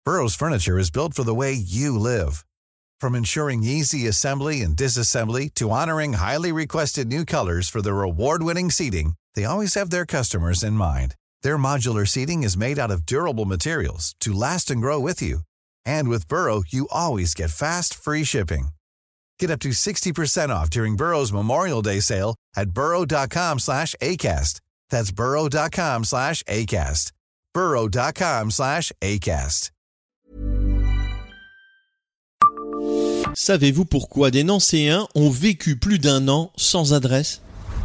Burrow's furniture is built for the way you live. From ensuring easy assembly and disassembly to honoring highly requested new colors for their award-winning seating, they always have their customers in mind. Their modular seating is made out of durable materials to last and grow with you. And with Burrow, you always get fast, free shipping. Get up to 60% off during Burrow's Memorial Day sale at burrow.com/ACAST. That's burrow.com/ACAST. burrow.com/ACAST. Savez-vous pourquoi des Nancéens ont vécu plus d'1 an sans adresse ?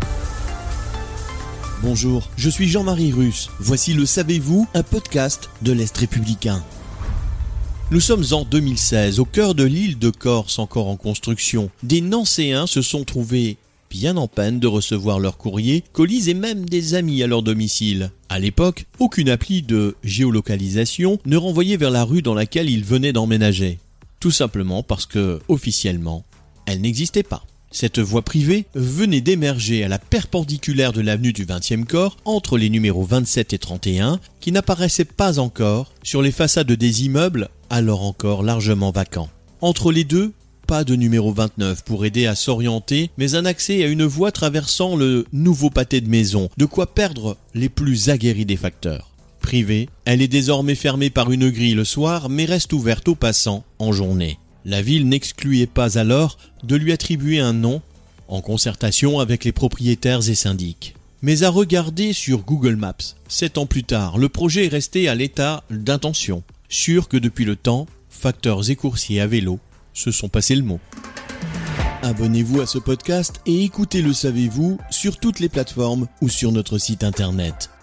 Bonjour, je suis Jean-Marie Russe. Voici le Savez-vous, un podcast de l'Est républicain. Nous sommes en 2016, au cœur de l'île de Corse encore en construction. Des Nancéens se sont trouvés bien en peine de recevoir leurs courriers, colis et même des amis à leur domicile. À l'époque, aucune appli de géolocalisation ne renvoyait vers la rue dans laquelle ils venaient d'emménager. Tout simplement parce que, officiellement, elle n'existait pas. Cette voie privée venait d'émerger à la perpendiculaire de l'avenue du 20e corps, entre les numéros 27 et 31, qui n'apparaissaient pas encore sur les façades des immeubles, alors encore largement vacants. Entre les deux, pas de numéro 29 pour aider à s'orienter, mais un accès à une voie traversant le nouveau pâté de maison, de quoi perdre les plus aguerris des facteurs. Privée, elle est désormais fermée par une grille le soir, mais reste ouverte aux passants en journée. La ville n'excluait pas alors de lui attribuer un nom, en concertation avec les propriétaires et syndics. Mais à regarder sur Google Maps, 7 ans plus tard, le projet est resté à l'état d'intention. Sûr que depuis le temps, facteurs et coursiers à vélo se sont passés le mot. Abonnez-vous à ce podcast et écoutez Le Savez-vous sur toutes les plateformes ou sur notre site internet.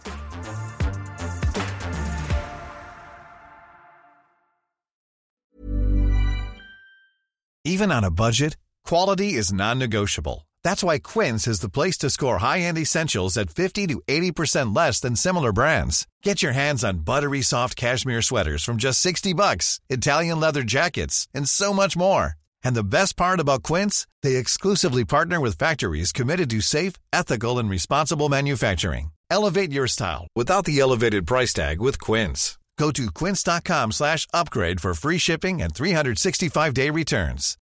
Even on a budget, quality is non-negotiable. That's why Quince is the place to score high-end essentials at 50 to 80% less than similar brands. Get your hands on buttery soft cashmere sweaters from just $60, Italian leather jackets, and so much more. And the best part about Quince, they exclusively partner with factories committed to safe, ethical, and responsible manufacturing. Elevate your style without the elevated price tag with Quince. Go to quince.com/upgrade for free shipping and 365-day returns.